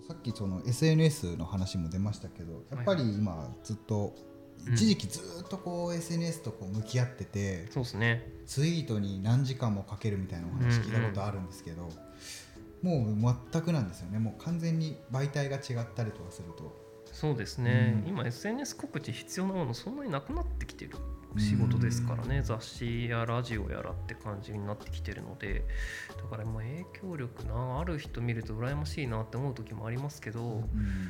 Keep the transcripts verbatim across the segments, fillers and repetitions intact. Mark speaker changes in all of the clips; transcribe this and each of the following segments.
Speaker 1: さっきその エスエヌエス の話も出ましたけど、やっぱり今ずっと、はい、一時期ずっとこう エスエヌエス とこう向き合ってて、
Speaker 2: うん、そうですね、
Speaker 1: ツイートに何時間もかけるみたいなお話聞いたことあるんですけど、うんうん、もう全くなんですよね。もう完全に媒体が違ったりとかすると。
Speaker 2: そうですね、うん、今 エスエヌエス 告知必要なものそんなになくなってきてる仕事ですからね、雑誌やラジオやらって感じになってきてるので、だからもう影響力なある人見ると羨ましいなって思う時もありますけど、うん、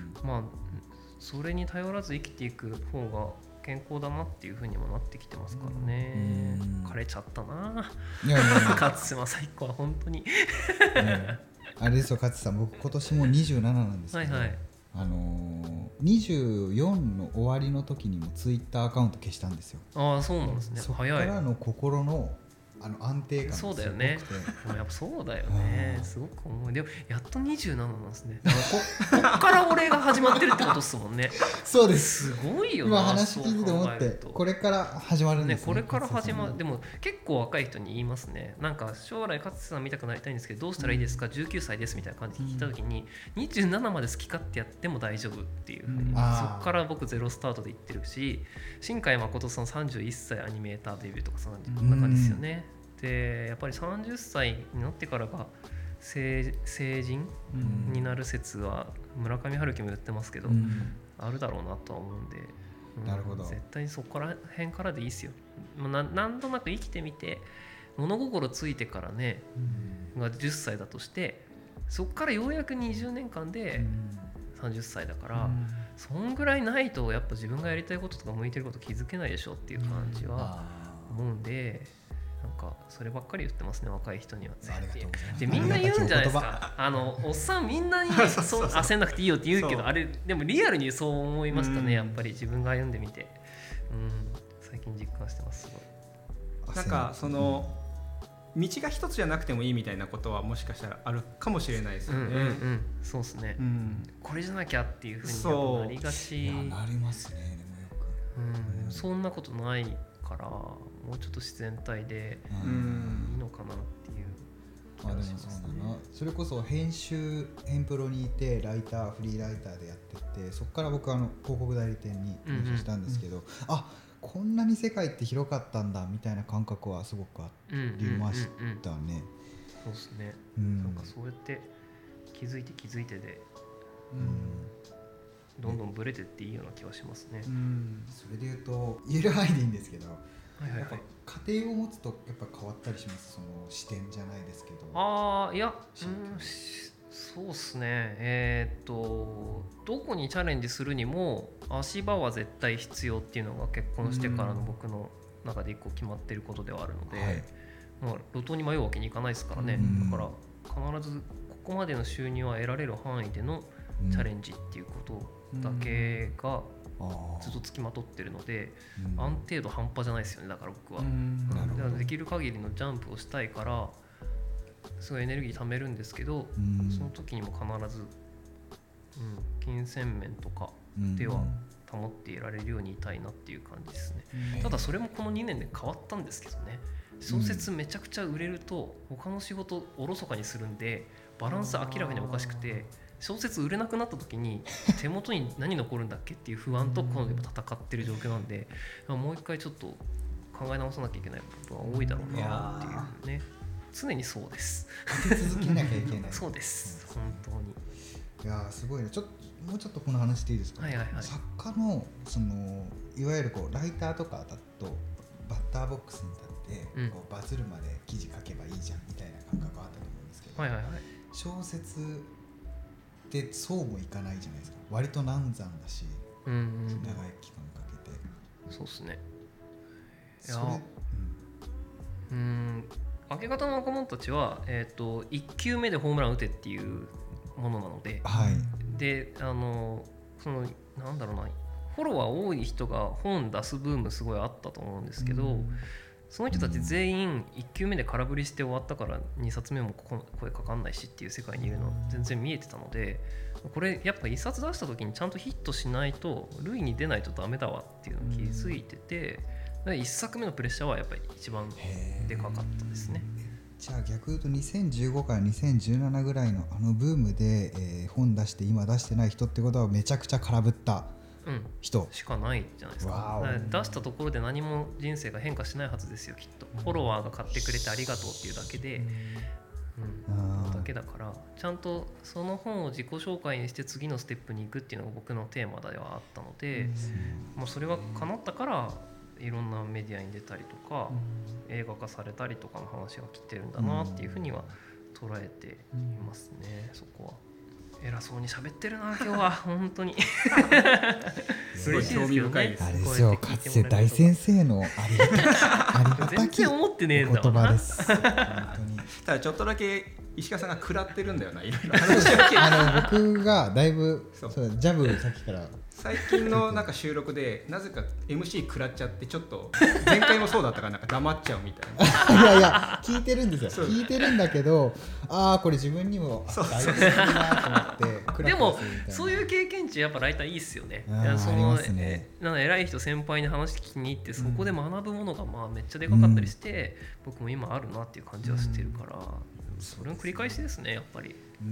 Speaker 2: まあそれに頼らず生きていく方が健康だなっていう風にもなってきてますからね。枯れちゃったな。いやいやいや勝間最高は本当に
Speaker 1: あれですよ、勝さん、僕今年もにじゅうなななんですけど、はいはい、あのー、にじゅうよんの終わりの時にもツイッターアカウント消したんですよ。
Speaker 2: ああ、そうなんですね。
Speaker 1: そこからの心のあの安定感がすごくて。
Speaker 2: そうだよね。でもやっぱそうだよね。すごく思い。でもやっとにじゅうなななんですね。だからここっから俺が始まってるってことですもんね。
Speaker 1: そうです。
Speaker 2: すごいよな。
Speaker 1: 今話聞いてて思って、これから始まるんですね。
Speaker 2: ね、これから始まる。でも結構若い人に言いますね。なんか将来勝さん見たくなりたいんですけどどうしたらいいですか、うん、じゅうきゅうさいですみたいな感じで聞いた時に、うん、にじゅうななまで好き勝手やっても大丈夫っていうふうに、うん、そこから僕ゼロスタートで言ってるし、新海誠さんさんじゅういっさいアニメーターデビューとかそんな感じですよね。でやっぱりさんじゅっさいになってからが 成, 成人になる説は村上春樹も言ってますけど、うん、あるだろうなとは思うんで、うん、
Speaker 1: なるほど、
Speaker 2: 絶対にそこら辺からでいいですよ。もうな何となく生きてみて物心ついてからね、うん、がじゅっさいだとしてそこからようやくにじゅうねんかんでさんじゅっさいだから、うん、そんぐらいないとやっぱ自分がやりたいこととか向いてること気づけないでしょっていう感じは思うんで、なんかそればっかり言ってますね、若い人には。でみんな言うんじゃないですか、あのおっさんみんなにそう焦んなくていいよって言うけど、あれでもリアルにそう思いましたね、やっぱり自分が歩んでみて、うん、最近実感してます。すごい
Speaker 3: なんかその道が一つじゃなくてもいいみたいなことはもしかしたらあるかもしれないですよね。うんうんうん、
Speaker 2: そうですね、うん、これじゃなきゃっていうふうになりがち。
Speaker 1: いやなりますね。でもよ
Speaker 2: く、うん、そんなことないからもうちょっと自然体でいいのかなっていう気がしますね。
Speaker 1: あ、でもそうだな。それこそ編集編プロにいてライターフリーライターでやってて、そこから僕はあの広告代理店に入社したんですけど、うんうん、あこんなに世界って広かったんだみたいな感覚はすごくありましたね、うんうんうんうん、
Speaker 2: そうですね、うん、なんかそうやって気づいて気づいてで、うん、どんどんブレてっていいような気はしますね、うん、
Speaker 1: それでいうと言える範囲でいいんですけど、はいはいはい、やっぱ家庭を持つとやっぱ変わったりします、その視点じゃないですけど。
Speaker 2: ああいや、うん、そうっすね、えー、っとどこにチャレンジするにも足場は絶対必要っていうのが結婚してからの僕の中で一個決まってることではあるので、はい、まあ、路頭に迷うわけにいかないですからね。だから必ずここまでの収入は得られる範囲でのチャレンジっていうことだけがずっとつきまとってるので、安定度半端じゃないですよね。だから僕はだからできる限りのジャンプをしたいからすごいエネルギー貯めるんですけど、その時にも必ず、うん、金銭面とかでは保っていられるようにいたいなっていう感じですね。ただそれもこのにねんで変わったんですけどね。小説めちゃくちゃ売れると他の仕事おろそかにするんでバランス明らかにおかしくて、小説売れなくなった時に手元に何残るんだっけっていう不安とこの戦ってる状況なんで、もう一回ちょっと考え直さなきゃいけないことは多いだろうなっていうね。常にそうです。
Speaker 1: 続けなきゃいけない。
Speaker 2: そうです、本当に。
Speaker 1: いやすごいね。ちょっともうちょっとこの話でいいですか、はいはいはい、作家のそのいわゆるこうライターとかだとバッターボックスに立って、うん、こうバズるまで記事書けばいいじゃんみたいな感覚があったと思うんですけど、はいはいはい、小説ってそうもいかないじゃないですか。割と難産だし、うんうんうん、長い期間かけて。
Speaker 2: そうですね。
Speaker 1: それ、
Speaker 2: うん、うん明け方の若者たちは、えーと、いっきゅうめでホームラン打てっていうものなので、はい、であのそのなんだろうなフォロワー多い人が本出すブームすごいあったと思うんですけど、うん、その人たち全員いっきゅうめで空振りして終わったからにさつめも声かかんないしっていう世界にいるの全然見えてたので、これやっぱ一冊出した時にちゃんとヒットしないと類に出ないとダメだわっていうのを気づいてて、いっさくめのプレッシャーはやっぱり一番でかかったですね。
Speaker 1: じゃあ逆言うとにせんじゅうごからにせんじゅうななぐらいのあのブームで、えー、本出して今出してない人ってことはめちゃくちゃ空振った人、
Speaker 2: うん、しかないじゃないですか。出したところで何も人生が変化しないはずですよきっと。フォロワーが買ってくれてありがとうっていうだけで、うん、だけだからちゃんとその本を自己紹介にして次のステップに行くっていうのが僕のテーマではあったので、もうそれが叶ったからいろんなメディアに出たりとか、うん、映画化されたりとかの話が来てるんだなっていうふうには捉えていますね、うん、そこは。偉そうに喋ってるな今日は本当に
Speaker 3: すごい興味深いです。
Speaker 1: あれですよ、かつて大先生のありがたきありがたき
Speaker 2: 全然思ってねえんだ
Speaker 1: 言葉です本当に。
Speaker 3: ただちょっとだけ石川さんが食らってるんだよな、いろいろ
Speaker 1: 話あの僕がだいぶそうそうジャブさっきから
Speaker 3: 最近のなんか収録でなぜか エムシー 食らっちゃってちょっと前回もそうだったからなんか黙っちゃうみたいな。
Speaker 1: いやいや聞いてるんですよ聞いてるんだけど、ああこれ自分にも大事だなと思って
Speaker 2: でもそういう経験値やっぱライターいいっすよね。いやそのありますね。なんか偉い人先輩に話聞きに行ってそこで学ぶものがまあめっちゃでかかったりして、うん、僕も今あるなっていう感じはしてるから、うん、それの繰り返しですねやっぱり。うん、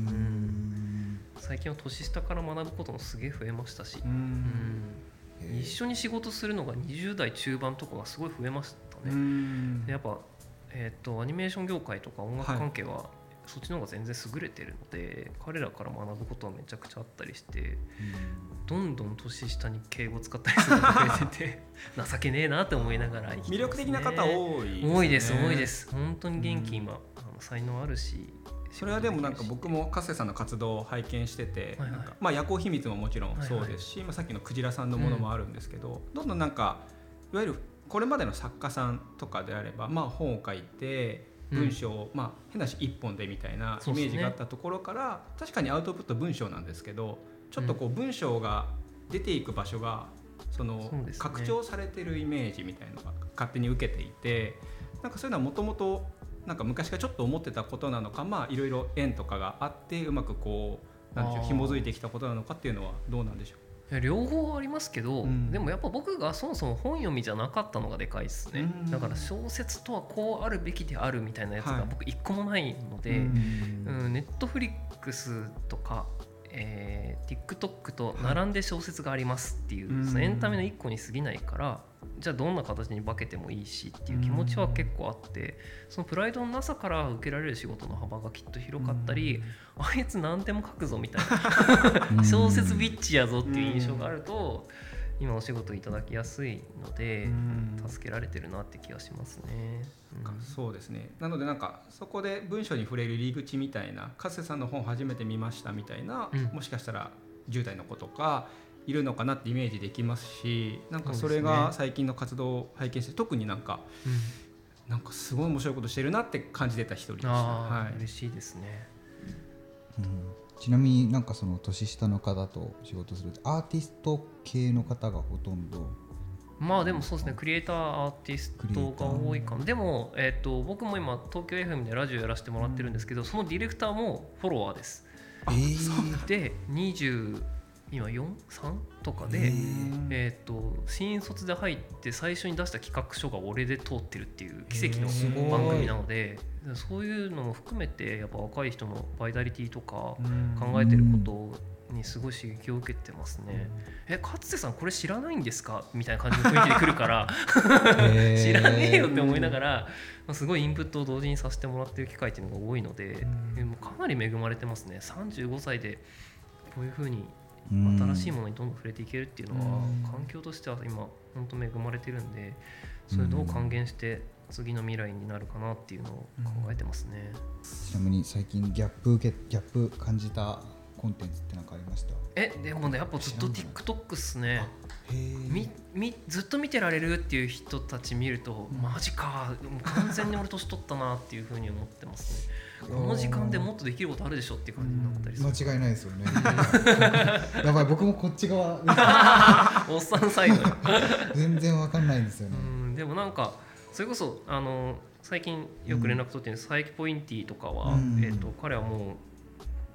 Speaker 2: 最近は年下から学ぶこともすげえ増えましたし、うんうん、一緒に仕事するのがにじゅう代中盤とかがすごい増えましたね。うんやっぱ、えーと、アニメーション業界とか音楽関係は、はい、そっちの方が全然優れてるので彼らから学ぶことはめちゃくちゃあったりして、うん、どんどん年下に敬語使ったりするのが増えてて情けねえなって思いながら生きてますね。
Speaker 3: 魅力的な方多いですね。
Speaker 2: 多いです多いです本当に元気今、うん、あの才能あるし。
Speaker 3: それはでもなんか僕も加瀬さんの活動を拝見してて、はいはい、なんかまあ夜行秘密ももちろんそうですし、はいはい、さっきのクジラさんのものもあるんですけど、うん、どんどんなんかいわゆるこれまでの作家さんとかであれば、まあ、本を書いて文章を、うん、まあ変なし一本でみたいなイメージがあったところから、ね、確かにアウトプット文章なんですけどちょっとこう文章が出ていく場所がその拡張されてるイメージみたいなのが勝手に受けていて、なんかそういうのはもともとなんか昔からちょっと思ってたことなのか、まあいろいろ縁とかがあってうまくこうなんでしょう紐づいてきたことなのかっていうのはどうなんでしょう。
Speaker 2: いや両方ありますけど、うん、でもやっぱ僕がそもそも本読みじゃなかったのがでかいですね、うん、だから小説とはこうあるべきであるみたいなやつが僕一個もないので、はいうんうん、ネットフリックスとか、えー、TikTok と並んで小説がありますっていう、はい、そのエンタメの一個に過ぎないからじゃあどんな形に化けてもいいしっていう気持ちは結構あって、そのプライドのなさから受けられる仕事の幅がきっと広かったり、あいつ何でも書くぞみたいな小説ビッチやぞっていう印象があると今お仕事いただきやすいので助けられてるなって気がしますね。
Speaker 3: うん、そうですね。なのでなんかそこで文章に触れる入り口みたいな、加瀬さんの本初めて見ましたみたいな、うん、もしかしたらじゅう代の子とかいるのかなってイメージできますし、なんかそれが最近の活動を拝見して特になんか、うん、なんかすごい面白いことしてるなって感じてた一人でした。
Speaker 2: はい、嬉しいですね。
Speaker 1: うん、ちなみになんかその年下の方と仕事するアーティスト系の方がほとんど。
Speaker 2: まあでもそうですね、クリエイターアーティストが多いかも。でも、えー、と僕も今東京 エフエム でラジオやらせてもらってるんですけど、そのディレクターもフォロワーです。
Speaker 1: えー、
Speaker 2: でにじゅう今 よん?さん? とかで、えー、と新卒で入って最初に出した企画書が俺で通ってるっていう奇跡の番組なので、そういうのも含めてやっぱ若い人のバイタリティとか考えてることにすごい刺激を受けてますね。え、勝瀬さんこれ知らないんですかみたいな感じの雰囲気で来るから知らねえよって思いながらすごいインプットを同時にさせてもらってる機会っていうのが多いので、もうかなり恵まれてますね。さんじゅうごさいでこういう風に新しいものにどんどん触れていけるっていうのは環境としては今本当恵まれてるんで、それをどう還元して次の未来になるかなっていうのを考えてますね。
Speaker 1: ちなみに最近ギャップ受けギャップ感じたコンテンツって何かありました？
Speaker 2: えでもねやっぱずっと TikTok っすね。みみずっと見てられるっていう人たち見ると、うん、マジかもう完全に俺年取ったなっていう風に思ってますね。この時間でもっとできることあるでしょっていう感じになったりする。
Speaker 1: 間違いないですよねやばい僕もこっち側
Speaker 2: おっさんサイド
Speaker 1: 全然わかんないんですよね。
Speaker 2: うんでもなんかそれこそあの最近よく連絡取ってる佐伯ポインティとかは、うんえー、と彼はもう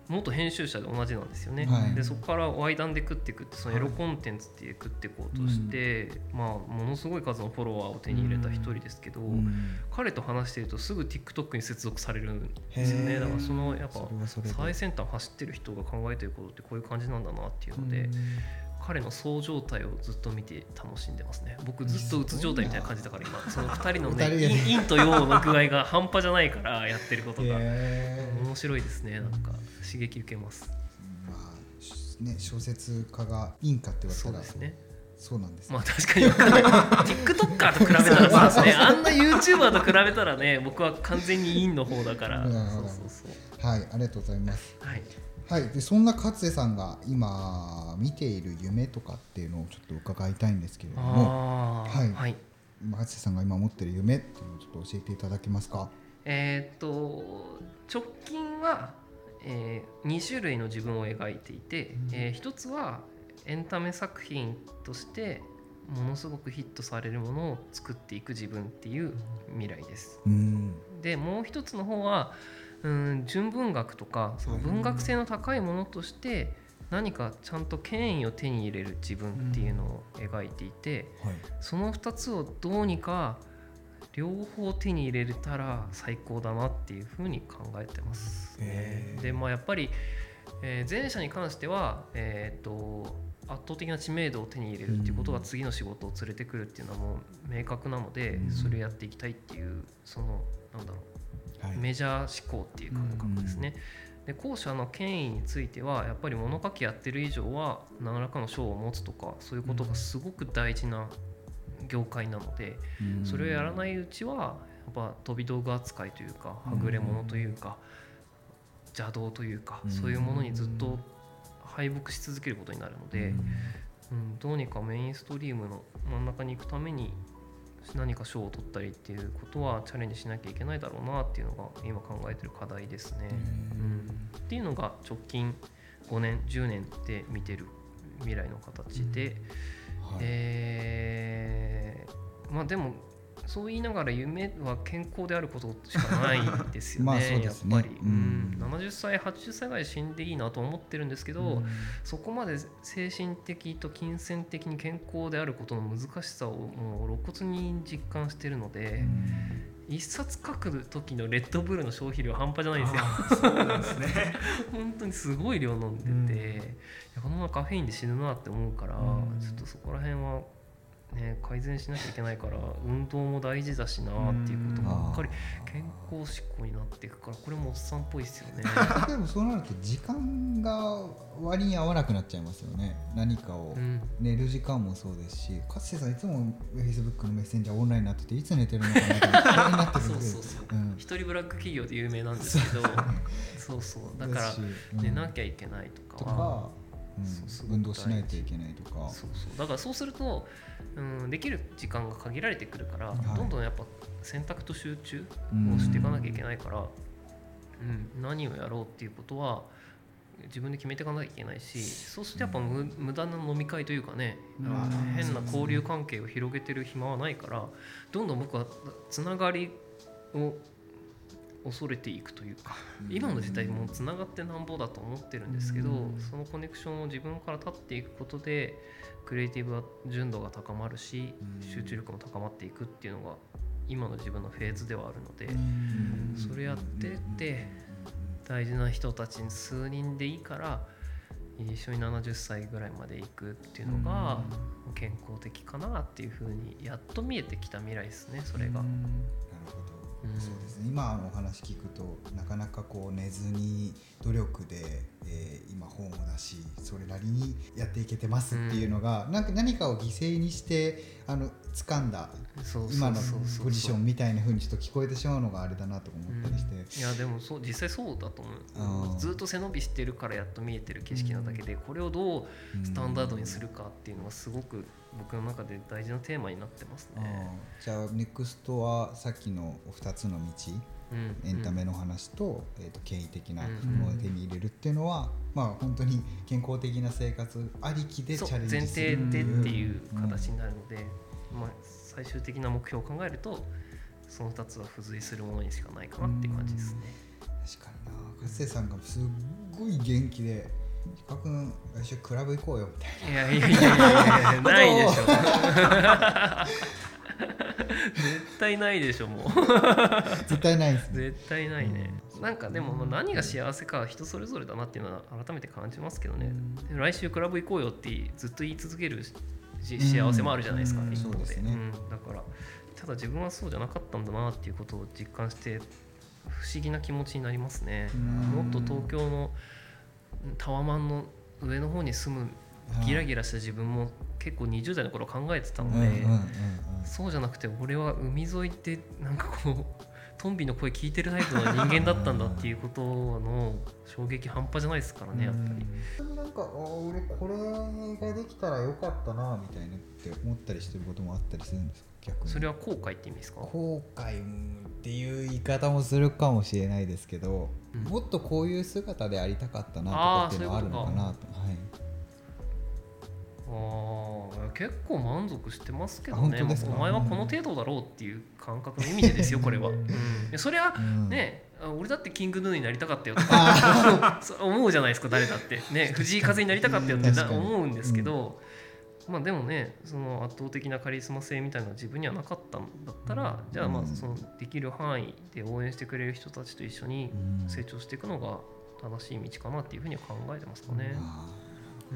Speaker 2: 元編集者で同じなんですよね、
Speaker 1: はい、
Speaker 2: でそこからワイダンで食っていくってそのエロコンテンツって食っていこうとして、はい、まあ、ものすごい数のフォロワーを手に入れた一人ですけど、うん、彼と話しているとすぐ TikTok に接続されるんですよね。だからそのやっぱ最先端走ってる人が考えてることってこういう感じなんだなっていうので、うん、彼のそう状態をずっと見て楽しんでますね。僕ずっとうつ状態みたいな感じだから今そのふたりのね陰と陽の具合が半端じゃないからやってることが面白いですね。なんか刺激受けます。
Speaker 1: まあね、小説家が陰かって言われたら
Speaker 2: そうですね。
Speaker 1: そうなんです、
Speaker 2: ね、まあ確かにTikToker と比べたらそうですね。あんな YouTuber と比べたらね、僕は完全に陰の方だから。そうそう
Speaker 1: そう。はい、ありがとうございます。
Speaker 2: はい。
Speaker 1: はい、でそんな勝瀬さんが今見ている夢とかっていうのをちょっと伺いたいんですけれども、はい、はい、勝瀬さんが今持っている夢っていうのをちょっと教えていただけますか。
Speaker 2: えー、っと直近は、えー、に種類の自分を描いていて、うん、えー、一つはエンタメ作品としてものすごくヒットされるものを作っていく自分っていう未来です、うん、でもう一つの方はうん純文学とかその文学性の高いものとして何かちゃんと権威を手に入れる自分っていうのを描いていて、うん、はい、そのふたつをどうにか両方手に入れれたら最高だなっていうふうに考えてますね。で、まあ、やっぱり、えー、前者に関しては、えー、と圧倒的な知名度を手に入れるっていうことが次の仕事を連れてくるっていうのはもう明確なので、うん、それをやっていきたいっていうそのなんだろう、はい、メジャー思考っていう感覚ですね、うん、で後者の権威についてはやっぱり物書きやってる以上は何らかの賞を持つとかそういうことがすごく大事な業界なので、うん、それをやらないうちはやっぱ飛び道具扱いというかはぐれ者というか、うん、邪道というか、うん、そういうものにずっと敗北し続けることになるので、うんうん、どうにかメインストリームの真ん中に行くために何か賞を取ったりっていうことはチャレンジしなきゃいけないだろうなっていうのが今考えてる課題ですね、うん、っていうのが直近ごねんじゅうねんで見てる未来の形で、うん、はい、えー、まあでもそう言いながら夢は健康であることしかないですよね。まあそうですね、やっぱり、うん、ななじゅっさいはちじゅっさいぐらいで死んでいいなと思ってるんですけど、うん、そこまで精神的と金銭的に健康であることの難しさをもう露骨に実感してるので、うん、一冊書く時のレッドブルの消費量半端じゃないんですよ。
Speaker 3: そうなんですね
Speaker 2: 本当にすごい量飲んでて、うん、いやこのままカフェインで死ぬなって思うから、うん、ちょっとそこら辺はね、改善しなきゃいけないから運動も大事だしなっていうことばっかり健康志向になっていくからこれもおっさんっぽいですよね。
Speaker 1: でもそうなると時間が割に合わなくなっちゃいますよね。何かを、うん、寝る時間もそうですし、勝瀬さんいつも Facebook のメッセンジャーオンラインになってていつ寝てるのかなってなってるんですけどそうそうそう、うん、
Speaker 2: 一人ブラック企業で有名なんですけどそうそうだから寝なきゃいけないとかは
Speaker 1: うん、そうそう運動しないといけないとか
Speaker 2: そうそうだからそうすると、うん、できる時間が限られてくるから、はい、どんどんやっぱ選択と集中をしていかなきゃいけないから、うんうん、何をやろうっていうことは自分で決めていかなきゃいけないしそうするとやっぱ 無, 無駄な飲み会というかね、うん、変な交流関係を広げてる暇はないからどんどん僕はつながりを恐れていくというか今の時代もつながってなんぼだと思ってるんですけどそのコネクションを自分から立っていくことでクリエイティブは純度が高まるし集中力も高まっていくっていうのが今の自分のフェーズではあるのでそれやってって大事な人たちに数人でいいから一緒にななじゅっさいぐらいまで行くっていうのが健康的かなっていうふうにやっと見えてきた未来ですねそれが。
Speaker 1: うん、そうですね、今のお話聞くとなかなかこう寝ずに努力で、えー、今本を出しそれなりにやっていけてますっていうのが、うん、なんか何かを犠牲にしてあの掴んだ今のポジションみたいな風にちょっと聞こえてしまうのがあれだなと思ったりして、うん、
Speaker 2: いやでもそう実際そうだと思う。ずっと背伸びしてるからやっと見えてる景色なだけで、うん、これをどうスタンダードにするかっていうのはすごく僕の中で大事なテーマになってますね。
Speaker 1: じゃあネクストはさっきのふたつの道、うん、エンタメの話と、うん、えーと権威的なものを手に入れるっていうのは、うん、まあ本当に健康的な生活ありきでチャレンジする
Speaker 2: 前提でっていう形になるので、うんまあ、最終的な目標を考えるとそのふたつは付随するものにしかないかなっていう感じですね。
Speaker 1: 確かにな勝瀬さんがすっごい元気でヒカ君来週クラブ行こうよみたいな。
Speaker 2: いやいやいやいやいやないでしょ絶対ないでしょもう
Speaker 1: 絶対ないですね。
Speaker 2: 絶対ないね、うん、なんかでも何が幸せか人それぞれだなっていうのは改めて感じますけどね、うん、来週クラブ行こうよってずっと言い続ける幸せもあるじゃないですか、うん、一方で、うん、だからただ自分はそうじゃなかったんだなっていうことを実感して不思議な気持ちになりますね。もっと東京のタワマンの上の方に住むギラギラした自分も結構にじゅう代の頃考えてたので、うんうんうんうん、そうじゃなくて俺は海沿いってなんかこうトンビの声聞いてるタイプの人間だったんだっていうことの衝撃半端じゃないですからねやっぱり。
Speaker 1: でもなんか俺これができたらよかったなみたいなって思ったりしてることもあったりするんですか？逆に
Speaker 2: それは後悔って意味ですか？
Speaker 1: 後悔っていう言い方もするかもしれないですけど、うん、もっとこういう姿でありたかったなとかっていうのはあるのかなと。はい、
Speaker 2: あ結構満足してますけどね。お前はこの程度だろうっていう感覚の意味でですよこれは、うん、それはね、うん、俺だってキングヌーになりたかったよとか思うじゃないですか誰だってね。藤井風になりたかったよって思うんですけど、うん、まあでもねその圧倒的なカリスマ性みたいなのが自分にはなかったんだったら、うん、じゃあまあそのできる範囲で応援してくれる人たちと一緒に成長していくのが正しい道かなっていうふうには考えてますかね。うん、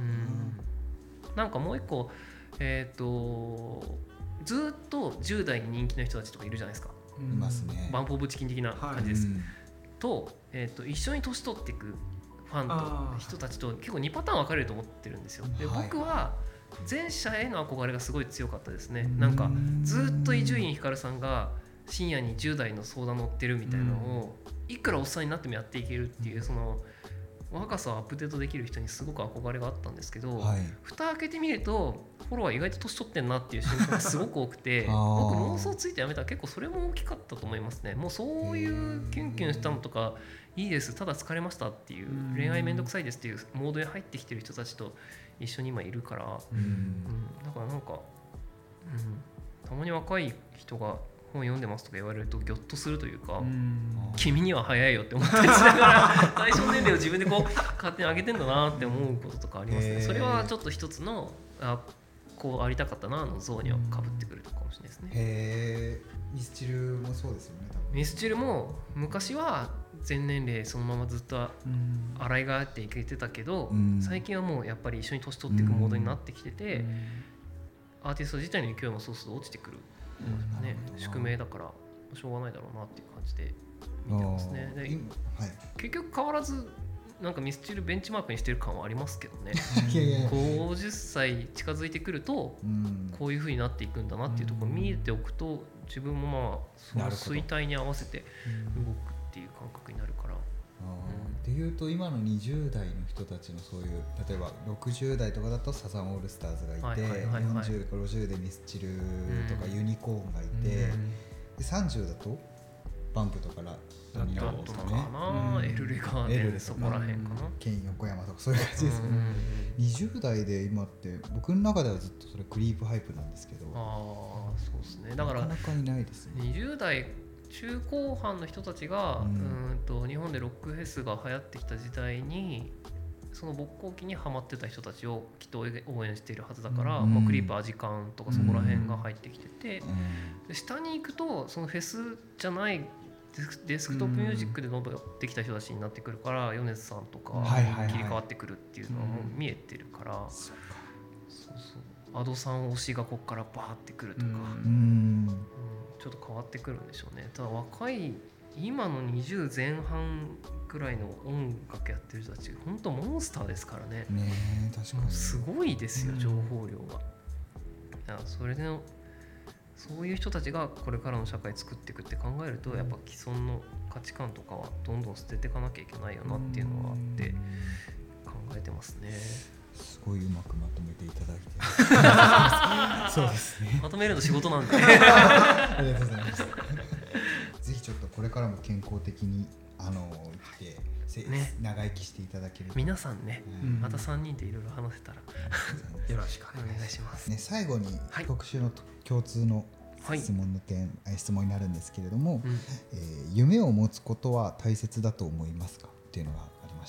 Speaker 2: なんかもう一個えっとずっとじゅう代に人気の人たちとかいるじゃないですか。
Speaker 1: いますね。
Speaker 2: バンプオブチキン的な感じです、はい、と、えー、と一緒に年取っていくファンと人たちと結構にパターン分かれると思ってるんですよ。で、僕は前者への憧れがすごい強かったですね。なんかずっと伊集院光さんが深夜にじゅう代の相談乗ってるみたいなのをいくらおっさんになってもやっていけるっていうその若さをアップデートできる人にすごく憧れがあったんですけど、はい、蓋開けてみるとフォロワー意外と年取ってんなっていう瞬間がすごく多くて僕妄想ついてやめたら結構それも大きかったと思いますね。もうそういうキュンキュンしたのとかいいですただ疲れましたっていう恋愛めんどくさいですっていうモードに入ってきてる人たちと一緒に今いるから、うんうん、だからなんか、うん、たまに若い人が本読んでますとか言われるとギョッとするというか、うん、君には早いよって思ったりしながら対象年齢を自分でこう勝手に上げてんだなって思うこととかありますね。それはちょっと一つのあこうありたかったなの像には被ってくるかもしれないですね。
Speaker 1: へー、ミスチルもそうですよね。多分
Speaker 2: ミスチルも昔は全年齢そのままずっと洗いがあっていけてたけど、うん、最近はもうやっぱり一緒に年取っていくモードになってきてて、うん、アーティスト自体の勢いもそうすると落ちてくるね、宿命だからしょうがないだろうなっていう感じで見てますね。で、はい、結局変わらずなんかミスチルベンチマークにしてる感はありますけどねごじゅっさい近づいてくるとこういう風になっていくんだなっていうところを見えておくと自分もまあその衰退に合わせて動くっていう感覚になるから。
Speaker 1: っていうと今のにじゅう代の人たちのそういう例えばろくじゅう代とかだとサザンオールスターズがいて、はいはいはいはい、よんじゅう、ごじゅうでミスチルとかユニコーンがいて、うん、でさんじゅうだとバンプとかラ
Speaker 2: だったのかな、うん、エルレガーデンそこら辺かな、
Speaker 1: ケン横山とかそういう感じですよね、うん、にじゅう代で今って僕の中ではずっとそれクリープハイプなんですけど、
Speaker 2: ああそうですね。だから
Speaker 1: なかなかいないですね。
Speaker 2: にじゅう代中高半の人たちが、うん、うんと日本でロックフェスが流行ってきた時代にその勃興期にハマってた人たちをきっと応援しているはずだから、うんまあ、クリープアジカンとかそこら辺が入ってきてて、うん、で下に行くとそのフェスじゃないデスクトップミュージックで登ってきた人たちになってくるから米津さんとか切り替わってくるっていうのはもう見えてるから、うん、そうそうアドさん推しがここからバーってくるとか、うんうんちょっと変わってくるんでしょうね。ただ若い今のにじゅう前半くらいの音楽やってる人たち本当モンスターですからね。
Speaker 1: ねえ確かに
Speaker 2: すごいですよ情報量が。だからそれでのそういう人たちがこれからの社会作っていくって考えるとやっぱ既存の価値観とかはどんどん捨てていかなきゃいけないよなっていうのはあって考えてますね。
Speaker 1: すごいうまくまとめていただいてそうですね
Speaker 2: まとめるの仕事なんで
Speaker 1: ありがとうございますぜひちょっとこれからも健康的にあの生きて、ね、長生きしていただけると
Speaker 2: 皆さんね、うん、またさんにんでいろいろ話せたら
Speaker 3: よろしくお願いします、
Speaker 1: ね、最後に特集の共通の質問の点、はい、質問になるんですけれども、うんえー、夢を持つことは大切だと思いますかっていうのがありまして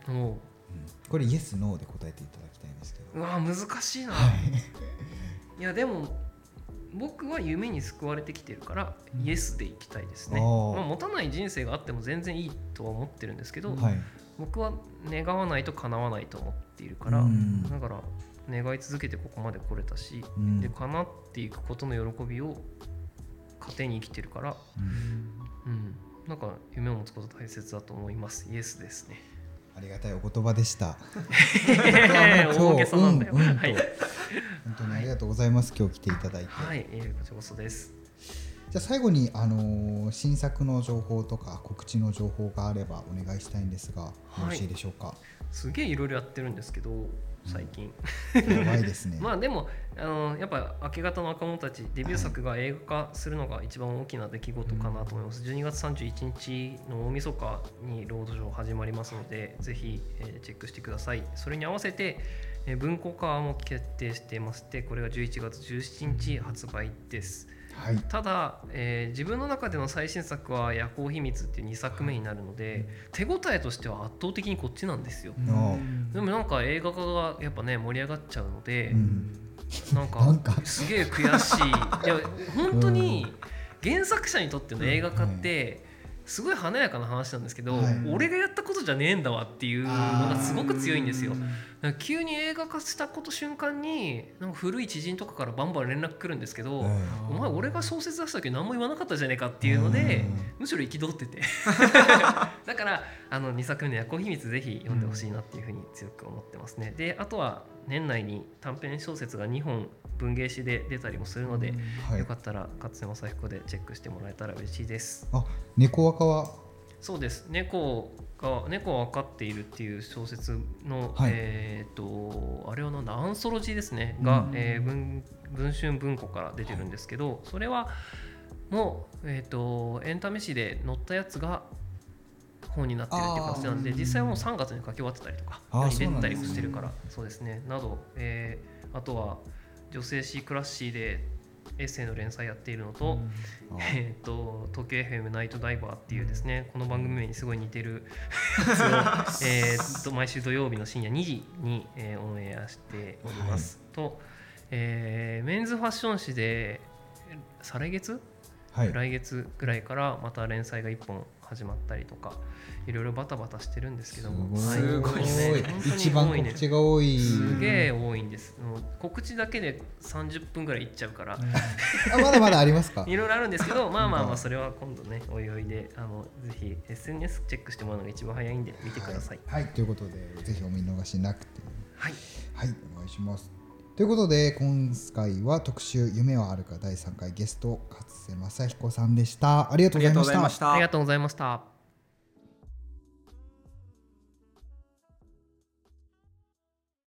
Speaker 1: うん、これイエスノーで答えていただきたいんですけど。
Speaker 2: うわ難しいな、はい、いやでも僕は夢に救われてきてるから、うん、イエスでいきたいですね。まあ、持たない人生があっても全然いいとは思ってるんですけど、はい、僕は願わないと叶わないと思っているから、うん、だから願い続けてここまで来れたし、うん、で叶っていくことの喜びを糧に生きてるから、うんうん、なんか夢を持つこと大切だと思います。イエスですね。
Speaker 1: ありがたいお言葉でした。
Speaker 2: 大げさなんだよ。
Speaker 1: うんうん、はい、本当にありがとうございます。今日来ていただいて。
Speaker 2: はい、えー、こちらこそです。
Speaker 1: じゃあ最後に、あのー、新作の情報とか告知の情報があればお願いしたいんですが、よろしいでしょうか。はい、
Speaker 2: すげえいろいろやってるんですけど最近、
Speaker 1: うん、やばいですね。
Speaker 2: まあでもあのやっぱ明け方の若者たちデビュー作が映画化するのが一番大きな出来事かなと思います。じゅうにがつさんじゅういちにちの大晦日にロードショー始まりますので、ぜひ、えー、チェックしてください。それに合わせて、えー、文庫化も決定していまして、これがじゅういちがつじゅうしちにち発売です。はい、ただ、えー、自分の中での最新作は夜行秘密っていうにさくめになるので、手応えとしては圧倒的にこっちなんですよ。でもなんか映画化がやっぱね盛り上がっちゃうので、うん、なんかすげえ悔しい。いや本当に原作者にとっての映画化ってすごい華やかな話なんですけど、はい、俺がやったことじゃねえんだわっていうのがすごく強いんですよ。なんか急に映画化したこと瞬間になんか古い知人とかからバンバン連絡来るんですけど、お前俺が小説出した時何も言わなかったじゃねえかっていうのでむしろ憤っててだからあのにさくめの夜行秘密ぜひ読んでほしいなっていうふうに強く思ってますね。であとは年内に短編小説がにほん文芸誌で出たりもするので、はい、よかったら勝瀬正彦でチェックしてもらえたら嬉しいです。
Speaker 1: あ、猫若は
Speaker 2: そうです。猫が猫は分かっているっていう小説の、はい、えっ、ー、とあれはなんだアンソロジーですねが、うんえー、文, 文春文庫から出てるんですけど、はい、それはもう、えー、とエンタメ誌で載ったやつが本になってるっていう形なんで、実際はもうさんがつに書き終わってたりとか出たりもしてるから、そうですねなど、えー、あとは女性誌クラッシーでエッセイの連載やっているのと、うんえー、と東京 エフエム ナイトダイバーっていうですね、この番組名にすごい似てるやつを、えー、と毎週土曜日の深夜にじに、えー、オンエアしております、はい、と、えー、メンズファッション誌で再来月、はい、来月ぐらいからまた連載がいっぽん始まったりとか、いろいろバタバタしてるんですけども、
Speaker 1: すごいね、一番告知が多い、
Speaker 2: すげえ多いんです。もう告知だけでさんじゅっぷんぐらいいっちゃうから、うん、
Speaker 1: あまだまだありますか
Speaker 2: いろいろあるんですけど、まあまあまあそれは今度ねおいおいで、あのぜひ エスエヌエス チェックしてもらうのが一番早いんで見てください。
Speaker 1: はい、はい、ということでぜひお見逃しなくて、
Speaker 2: はい、
Speaker 1: はい、お願いします。ということで今回は特集夢はあるかだいさんかい、ゲスト勝瀬正彦さんでした。ありがとうございました。
Speaker 2: ありがとうございました。